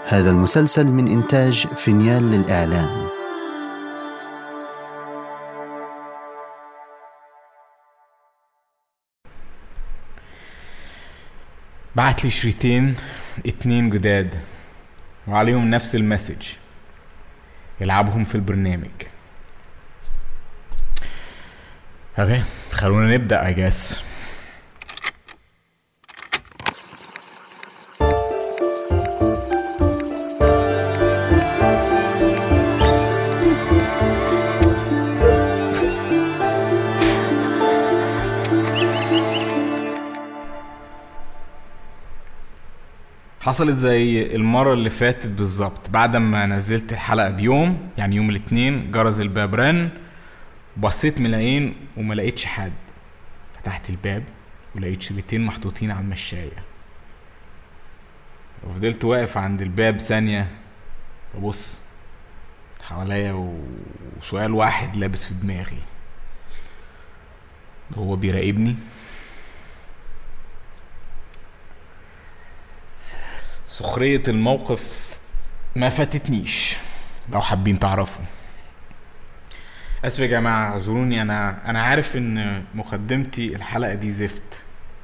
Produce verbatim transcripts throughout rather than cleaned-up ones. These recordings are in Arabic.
هذا المسلسل من إنتاج فينيال للإعلام. بعت لي شريطين اتنين جداد وعليهم نفس المسج يلعبهم في البرنامج. اوكي خلونا نبدأ I guess. حصلت زي المرة اللي فاتت بالظبط. بعد ما نزلت الحلقة بيوم، يعني يوم الاثنين، جرس الباب رن، بصيت من العين وما لقيتش حد. فتحت الباب ولقيت شريطين محطوطين على المشاية، وفضلت واقف عند الباب ثانية وبص حواليا، وسؤال واحد لابس في دماغي: هو بيراقبني؟ سخرية الموقف ما فاتتنيش لو حابين تعرفوا. اسف يا جماعة، اعذروني. انا انا عارف ان مقدمتي الحلقة دي زفت.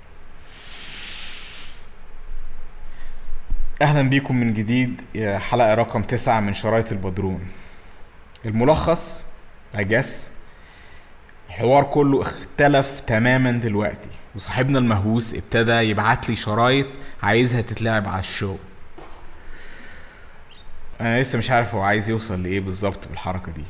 اهلا بيكم من جديد، حلقة رقم تسعة من شرايط البدرون. الملخص اجاس الحوار كله اختلف تماما دلوقتي، وصاحبنا المهووس ابتدى يبعت لي شرايط عايزها تتلعب على الشو. انا لسه مش عارف هو عايز يوصل لايه بالظبط بالحركه دي،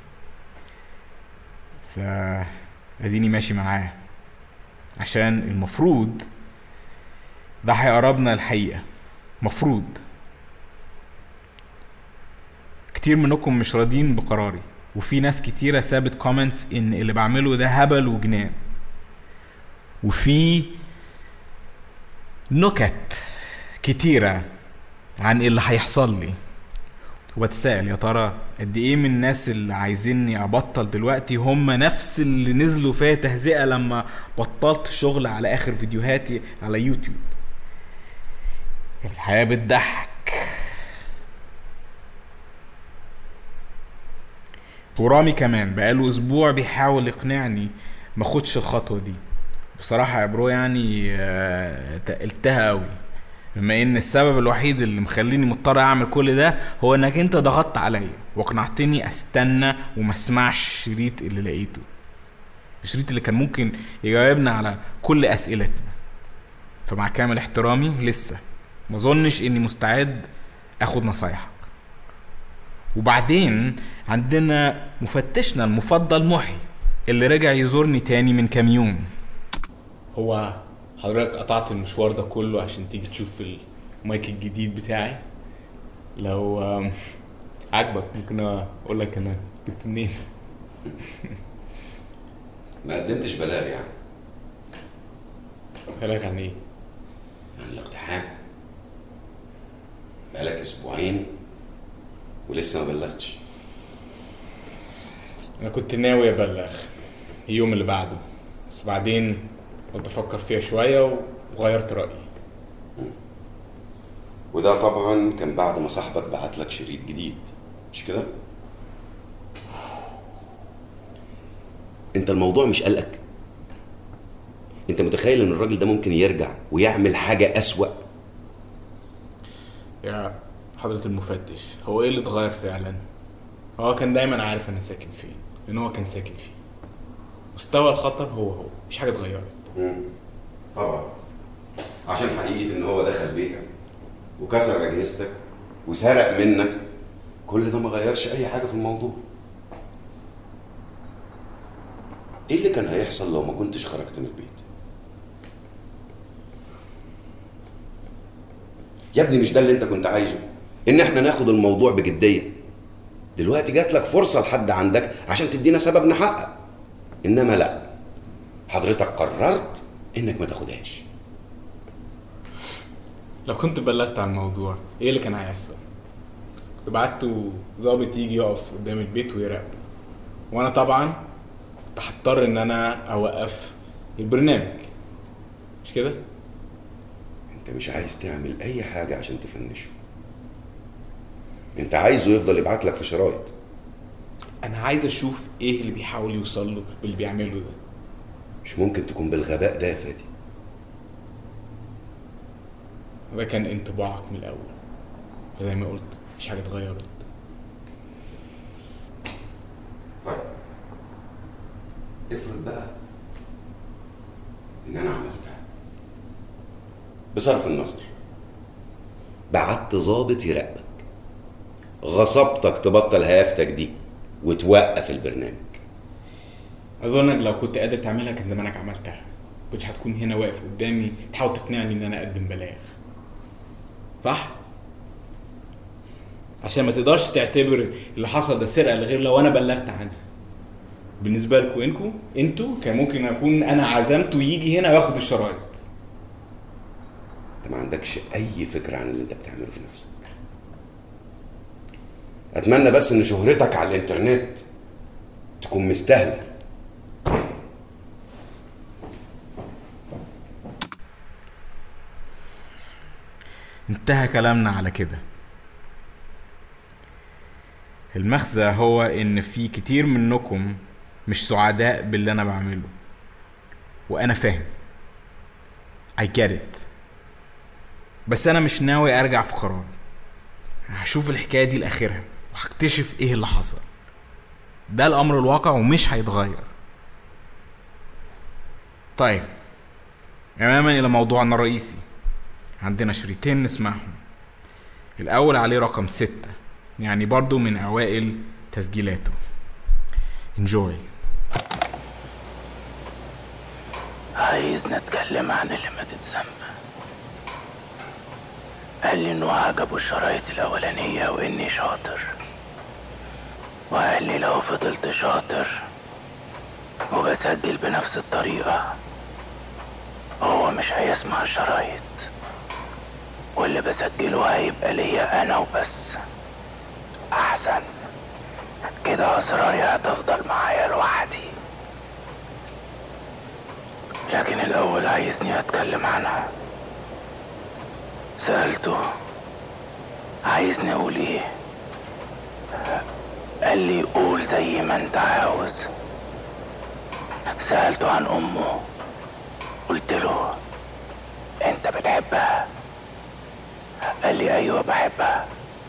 بس اديني ماشي معاه عشان المفروض ده هيقربنا الحقيقه. مفروض كتير منكم مش راضيين بقراري، وفي ناس كتيره سابت كومنتس ان اللي بعمله ده هبل وجنان، وفي نكت كتيره عن اللي هيحصل لي. وبتسأل يا ترى قد ايه من الناس اللي عايزيني ابطل دلوقتي هم نفس اللي نزلوا فيها تهزئة لما بطلت شغل على اخر فيديوهاتي على يوتيوب. الحياة بتضحك. ورامي كمان بقاله اسبوع بيحاول يقنعني ما خدش الخطوة دي. بصراحة يا برو يعني تقلتها قوي، بما ان السبب الوحيد اللي مخليني مضطر اعمل كل ده هو انك انت ضغطت عليا واقنعتني استنى وما اسمعش الشريط اللي لقيته، الشريط اللي كان ممكن يجاوبنا على كل اسئلتنا. فمع كامل احترامي لسه ما ظنش اني مستعد اخد نصايحك. وبعدين عندنا مفتشنا المفضل محي اللي رجع يزورني تاني من كام يوم. هو حضرتك قطعت المشوار ده كله عشان تيجي تشوف المايك الجديد بتاعي؟ لو عجبك ممكن اقول لك انا جبته منين. ما قدمتش بلاغ يعني؟ بلاغ عن ايه؟ عن الاقتحام. بقالك اسبوعين ولسه ما بلغتش. انا كنت ناوي ابلغ اليوم اللي بعده، بس بعدين قلت افكر فيها شويه وغيرت رايي. وده طبعا كان بعد ما صاحبك بعت لك شريط جديد، مش كده؟ انت الموضوع مش قلقك؟ انت متخيل ان الراجل ده ممكن يرجع ويعمل حاجه اسوأ؟ يا حضرة المفتش، هو ايه اللي اتغير فعلا؟ هو كان دايما عارف انا ساكن فين، لان هو كان ساكن فيه. مستوى الخطر هو هو، مفيش حاجه اتغيرت. امم طبعا عشان حقيقة ان هو دخل بيتك وكسر اجهزتك وسرق منك، كل ده ما غيرش اي حاجة في الموضوع. ايه اللي كان هيحصل لو ما كنتش خرجت من البيت؟ يا ابني مش ده اللي انت كنت عايزه؟ ان احنا ناخد الموضوع بجدية. دلوقتي جات لك فرصة لحد عندك عشان تدينا سبب نحقق، انما لا، حضرتك قررت انك ما تاخدهاش. لو كنت بلغت عن الموضوع ايه اللي كان هيحصل؟ كنت بعته ضابط يجي يقف قدام البيت ويراقب، وانا طبعا كنت هضطر ان انا اوقف البرنامج، مش كده؟ انت مش عايز تعمل اي حاجة عشان تفنشه. انت عايزه يفضل يبعت لك في شرايط. انا عايز اشوف ايه اللي بيحاول يوصل له باللي بيعمله ده. مش ممكن تكون بالغباء ده يا فادي. ده كان انطباعك من الاول، فزي ما قلت مفيش حاجه اتغيرت. طيب افرض بقى ان انا عملتها بصرف النظر، بعت ظابط يراقبك، غصبتك تبطل هيافتك دي وتوقف البرنامج. اظنك لو كنت قادر تعملها كان زمانك عملتها، كنتش هتكون هنا واقف قدامي تحاول تقنعني ان انا اقدم بلاغ، صح؟ عشان ما تقدرش تعتبر اللي حصل ده سرقه غير لو انا بلغت عنها. بالنسبه لكم انكم انتوا كان ممكن اكون انا عزمته يجي هنا وياخد الشرايط. انت ما عندكش اي فكره عن اللي انت بتعمله في نفسك. اتمنى بس ان شهرتك على الانترنت تكون مستاهله. انتهى كلامنا على كده. المغزى هو ان في كتير منكم مش سعداء باللي انا بعمله، وانا فاهم I get it، بس انا مش ناوي ارجع في قراري. هشوف الحكاية دي لاخرها وهكتشف ايه اللي حصل. ده الامر الواقع ومش هيتغير. طيب اماما الى موضوعنا الرئيسي. عندنا شريطين نسمعهم. الاول عليه رقم ستة، يعني برضو من اوائل تسجيلاته. enjoy. عايز نتكلم عن اللي ما تتسمى. قال لي انه عجبه الشرايط الاولانية واني شاطر، وقال لي لو فضلت شاطر وبسجل بنفس الطريقة هو مش هيسمع الشرايط، واللي بسجله هيبقى ليا انا وبس. احسن كده اسراري هتفضل معايا لوحدي. لكن الاول عايزني اتكلم عنها. سألته عايزني اقول ايه، قال لي قول زي ما انت عاوز. سألته عن امه، قلت له انت بتحبها؟ قال لي ايوه بحبها.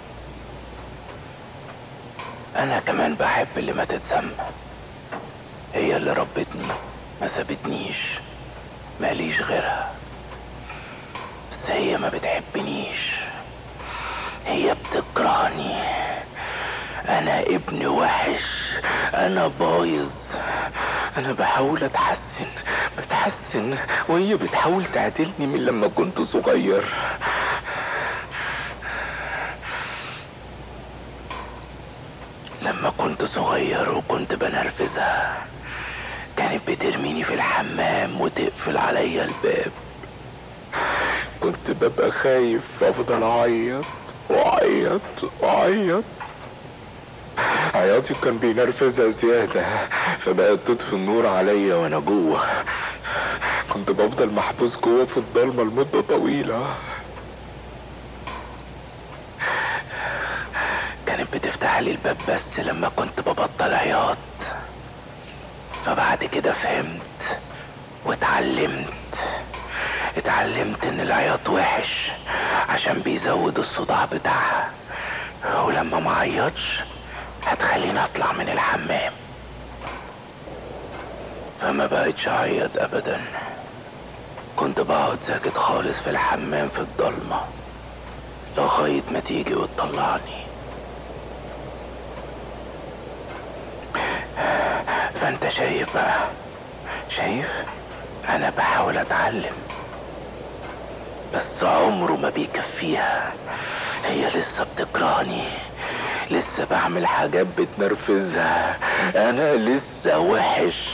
انا كمان بحب اللي ما تتسمى. هي اللي ربتني، ما سابتنيش، ماليش غيرها. بس هي ما بتحبنيش، هي بتكرهني. انا ابن وحش، انا بايظ، انا بحاول اتحسن بتحسن وهي بتحاول تعدلني من لما كنت صغير. لما كنت صغير وكنت بنرفزها كانت بترميني في الحمام وتقفل عليا الباب. كنت ببقى خايف افضل اعيط واعيط واعيط. عياطي كان بينرفزها زيادة، فبقت تطفي النور عليا وانا جوه. كنت بفضل محبوس جوه في الضلمة لمدة طويلة. كانت بتفتح لي الباب بس لما كنت ببطل عياط. فبعد كده فهمت واتعلمت اتعلمت ان العياط وحش عشان بيزود الصداع بتاعها، ولما ما عيطش هتخليني اطلع من الحمام. فما بقتش اعيط ابدا. كنت بقعد ساكت خالص في الحمام في الضلمة لغاية ما تيجي وتطلعني. فانت شايف بقى، شايف انا بحاول اتعلم بس عمره ما بيكفيها. هي لسه بتكرهني، لسه بعمل حاجات بتنرفزها، انا لسه وحش.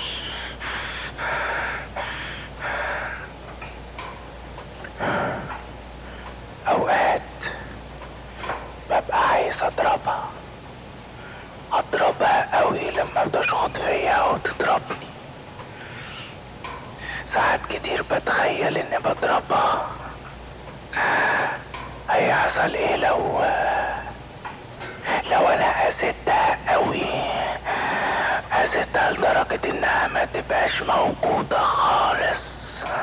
اوقات ببقى عايز اضربها اضربها قوي لما بتشخط فيا وتضربني. ساعات كتير بتخيل اني بضربها. هيحصل ايه لو لدرجة انها ما تبقاش موجودة خالص.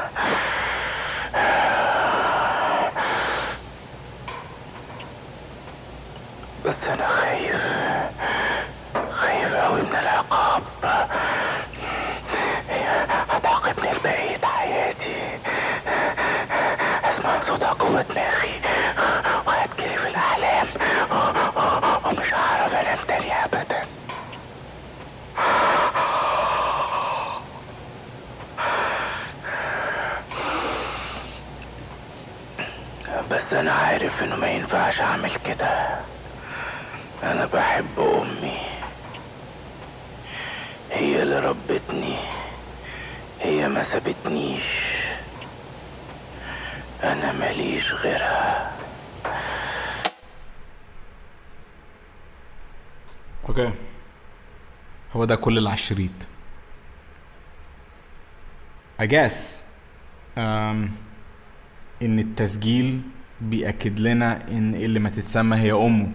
بس انا خايف خايف اوي من العقاب. هي هتعاقبني لبقية حياتي. اسمع صوتها جوه دماغي وهتجري في الاحلام ومش هعرف انام تاني ابدا. بس انا عارف انه ما ينفعش اعمل كده. انا بحب امي، هي اللي ربتني، هي ما سابتنيش، انا ماليش غيرها. اوكي، هو ده كل اللي على الشريط. I guess um, ان التسجيل بيأكد لنا ان اللي ما تتسمى هي امه،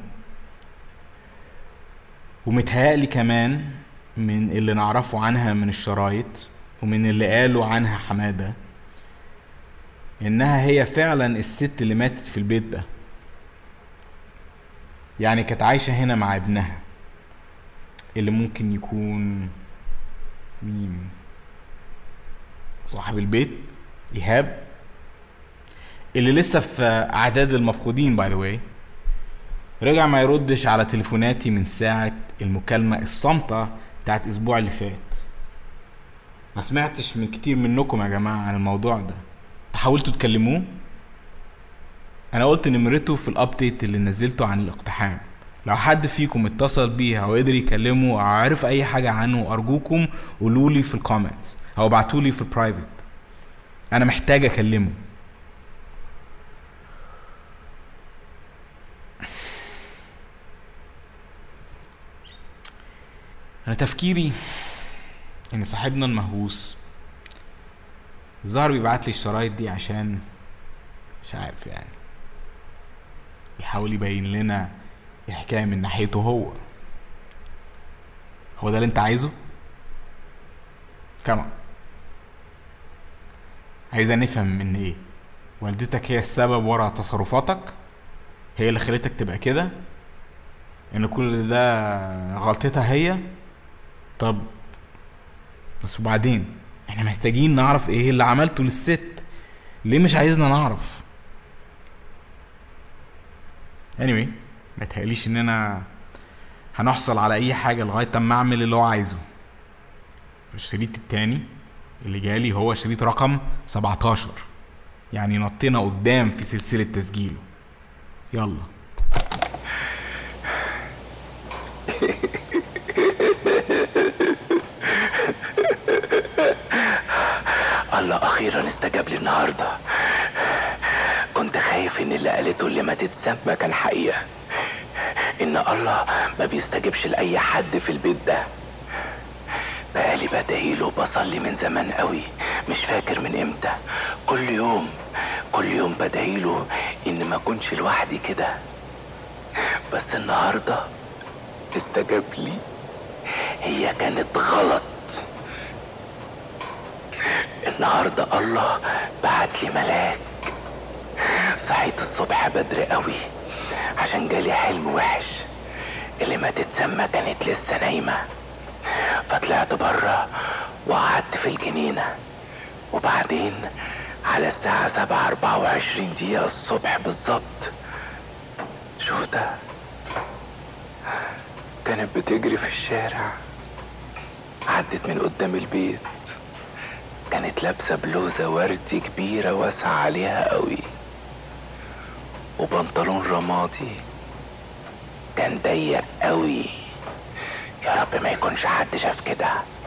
ومتهيألي كمان من اللي نعرفه عنها من الشرايط ومن اللي قالوا عنها حمادة انها هي فعلا الست اللي ماتت في البيت ده. يعني كانت عايشة هنا مع ابنها اللي ممكن يكون مين؟ صاحب البيت إيهاب، اللي لسه في اعداد المفقودين باي ذا واي. رجع ما يردش على تليفوناتي من ساعة المكالمة الصامتة بتاعت الاسبوع اللي فات. ما سمعتش من كتير منكم يا جماعة عن الموضوع ده. حاولتوا تكلموه؟ انا قلت نمرته في الابديت اللي نزلته عن الاقتحام. لو حد فيكم اتصل بيها او قدر يكلمه او عارف اي حاجة عنه ارجوكم قولولي في الكومنتس او ابعتولي في البرايفت. انا محتاج اكلمه. انا تفكيري ان صاحبنا المهووس الظاهر بيبعت لي الشرايط دي عشان مش عارف يعني يحاول يبين لنا الحكايه من ناحيته هو. هو ده اللي انت عايزه؟ كمان عايزة نفهم من ايه؟ والدتك هي السبب ورا تصرفاتك؟ هي اللي خلتك تبقى كده؟ ان كل ده غلطتها هي؟ طب بس وبعدين احنا محتاجين نعرف ايه اللي عملته للست. ليه مش عايزنا نعرف؟ anyway ما تهيأليش اننا هنحصل على اي حاجة لغاية اما اعمل اللي هو عايزه. الشريط التاني اللي جالي هو شريط رقم سبعتاشر، يعني نطينا قدام في سلسلة تسجيله. يلا. الله اخيرا استجاب لي النهارده. كنت خايف ان اللي قالته اللي ما تتسمى كان حقيقة، ان الله ما بيستجبش لاي حد في البيت ده. بقالي بدعيله وبصلي من زمان قوي، مش فاكر من امتى. كل يوم كل يوم بدعيله ان ما كنش لوحدي كده. بس النهارده استجاب لي. هي كانت غلط. النهارده الله بعت لي ملاك. صحيت الصبح بدري قوي عشان جالي حلم وحش. اللي ما تتسمى كانت لسه نايمه، فطلعت برا وقعدت في الجنينه. وبعدين على الساعه سبعة اربعة وعشرين دقيقه الصبح بالظبط شفتها كانت بتجري في الشارع. عدت من قدام البيت، كانت لابسه بلوزه وردي كبيره واسعه عليها قوي وبنطلون رمادي كان ضيق قوي. يا رب ما يكونش حد شاف كده.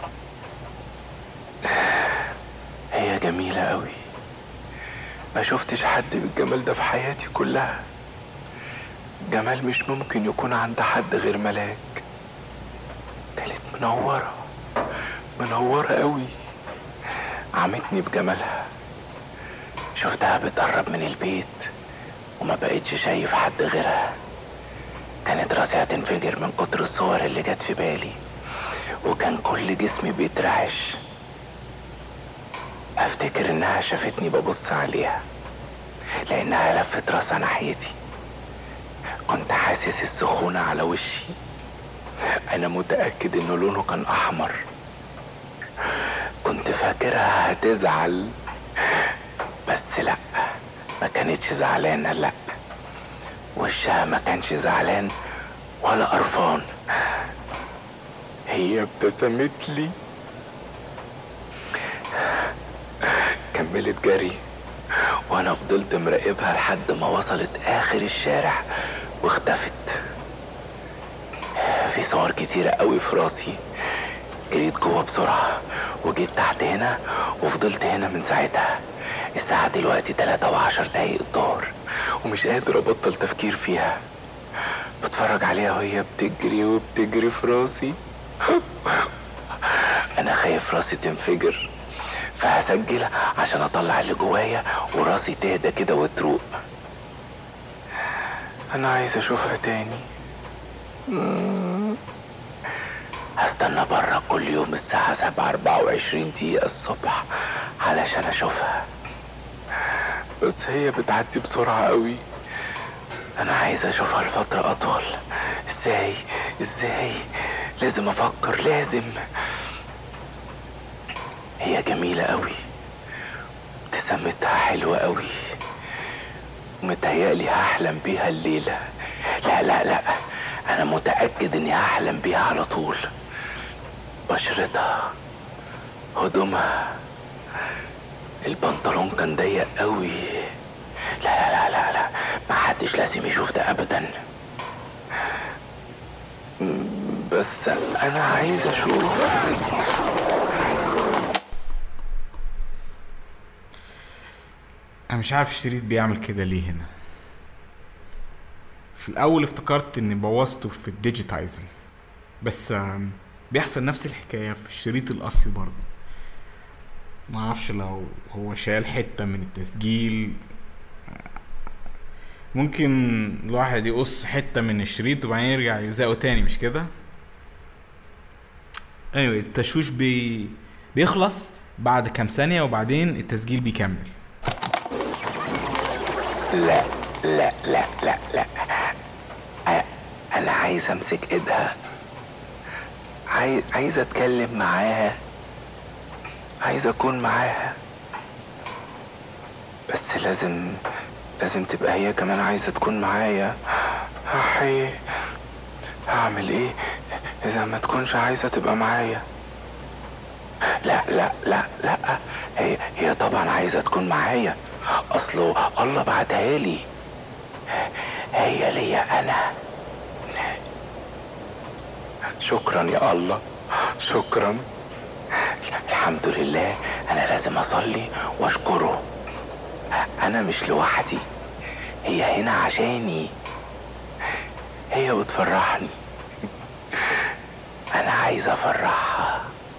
هي جميله قوي، ما شفتش حد بالجمال ده في حياتي كلها. جمال مش ممكن يكون عند حد غير ملاك. كانت منوره منوره قوي، عمتني بجمالها. شفتها بتقرب من البيت وما بقيتش شايف حد غيرها. كانت راسي هتنفجر من كتر الصور اللي جت في بالي وكان كل جسمي بيترعش. افتكر انها شافتني ببص عليها لانها لفت راسها ناحيتي. كنت حاسس السخونة على وشي. انا متأكد انه لونه كان احمر. كنت فاكرها هتزعل، بس لا، ما كانتش زعلانة. لا، وشها ما كانش زعلان ولا قرفان. هي ابتسمت لي. كملت جري وانا فضلت مراقبها لحد ما وصلت اخر الشارع واختفت. في صور كتيرة قوي في راسي. جريت جوه بسرعة وجيت تحت هنا وفضلت هنا من ساعتها. الساعة دلوقتي تلاتة وعشر دقايق الظهر ومش قادر ابطل تفكير فيها. بتفرج عليها وهي بتجري وبتجري في راسي. انا خايف راسي تنفجر، فهسجل عشان اطلع اللي جوايا وراسي تهدى كده وتروق. انا عايز اشوفها تاني. هستنى برا كل يوم الساعة سبعة اربعة وعشرين دقيقة الصبح علشان اشوفها، بس هي بتعدي بسرعة قوي. انا عايز اشوفها لفترة اطول. ازاي ازاي لازم افكر، لازم. هي جميلة قوي، ابتسامتها حلوة قوي، ومتهيألي هحلم بيها الليلة. لا لا لا، انا متأكد اني هحلم بيها على طول. بشرتها، هدومها، البنطلون كان ضيق قوي. لا لا لا لا، محدش لازم يشوف ده ابدا. بس انا عايز اشوف. انا مش عارف الشريط بيعمل كده ليه هنا. في الاول افتكرت اني بوظته في الديجيتايزر، بس بيحصل نفس الحكاية في الشريط الاصلي برضه. ما اعرفش لو هو شال حتة من التسجيل. ممكن الواحد يقص حتة من الشريط وبعدين يرجع يلزقه تاني، مش كده؟ anyway التشويش بي... بيخلص بعد كام ثانية وبعدين التسجيل بيكمل. لا لا لا لا لا، انا عايز امسك ايدها، عايز عايز اتكلم معاها، عايز اكون معاها، بس لازم لازم تبقى هي كمان عايزة تكون معايا. هحي هعمل ايه اذا ما تكونش عايزة تبقى معايا؟ لا لا لا لا، هي هي طبعا عايزة تكون معايا، اصله الله بعتها لي، هي ليا انا. شكرا يا الله، شكرا. الحمد لله. انا لازم اصلي واشكره. انا مش لوحدي، هي هنا عشاني، هي بتفرحني، انا عايز افرحها.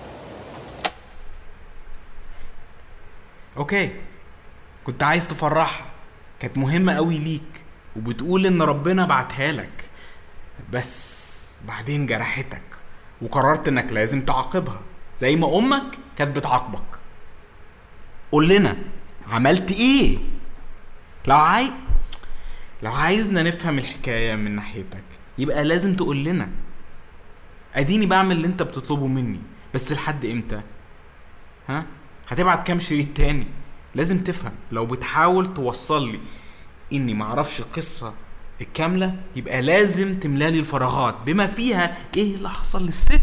اوكي، كنت عايز تفرحها، كانت مهمة قوي ليك وبتقول ان ربنا بعتها لك، بس بعدين جرحتك وقررت انك لازم تعاقبها زي ما امك كانت بتعاقبك. قول لنا عملت ايه؟ لو عايز لو عايزنا نفهم الحكاية من ناحيتك يبقى لازم تقول لنا. اديني بعمل اللي انت بتطلبه مني، بس لحد امتى؟ ها؟ هتبعت كام شريط تاني؟ لازم تفهم، لو بتحاول توصل لي اني معرفش القصة الكاملة يبقى لازم تملالي الفراغات بما فيها ايه اللي حصل للست.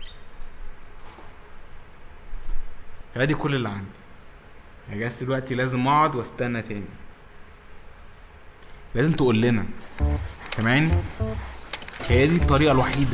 هادي كل اللي عندي، هجاس دلوقتي لازم اقعد واستنى تاني. لازم تقول لنا، سامعني؟ هي دي الطريقة الوحيدة.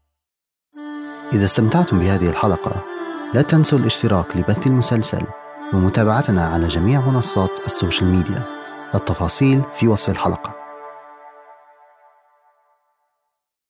إذا استمتعتم بهذه الحلقة لا تنسوا الاشتراك لبث المسلسل ومتابعتنا على جميع منصات السوشيال ميديا. التفاصيل في وصف الحلقة.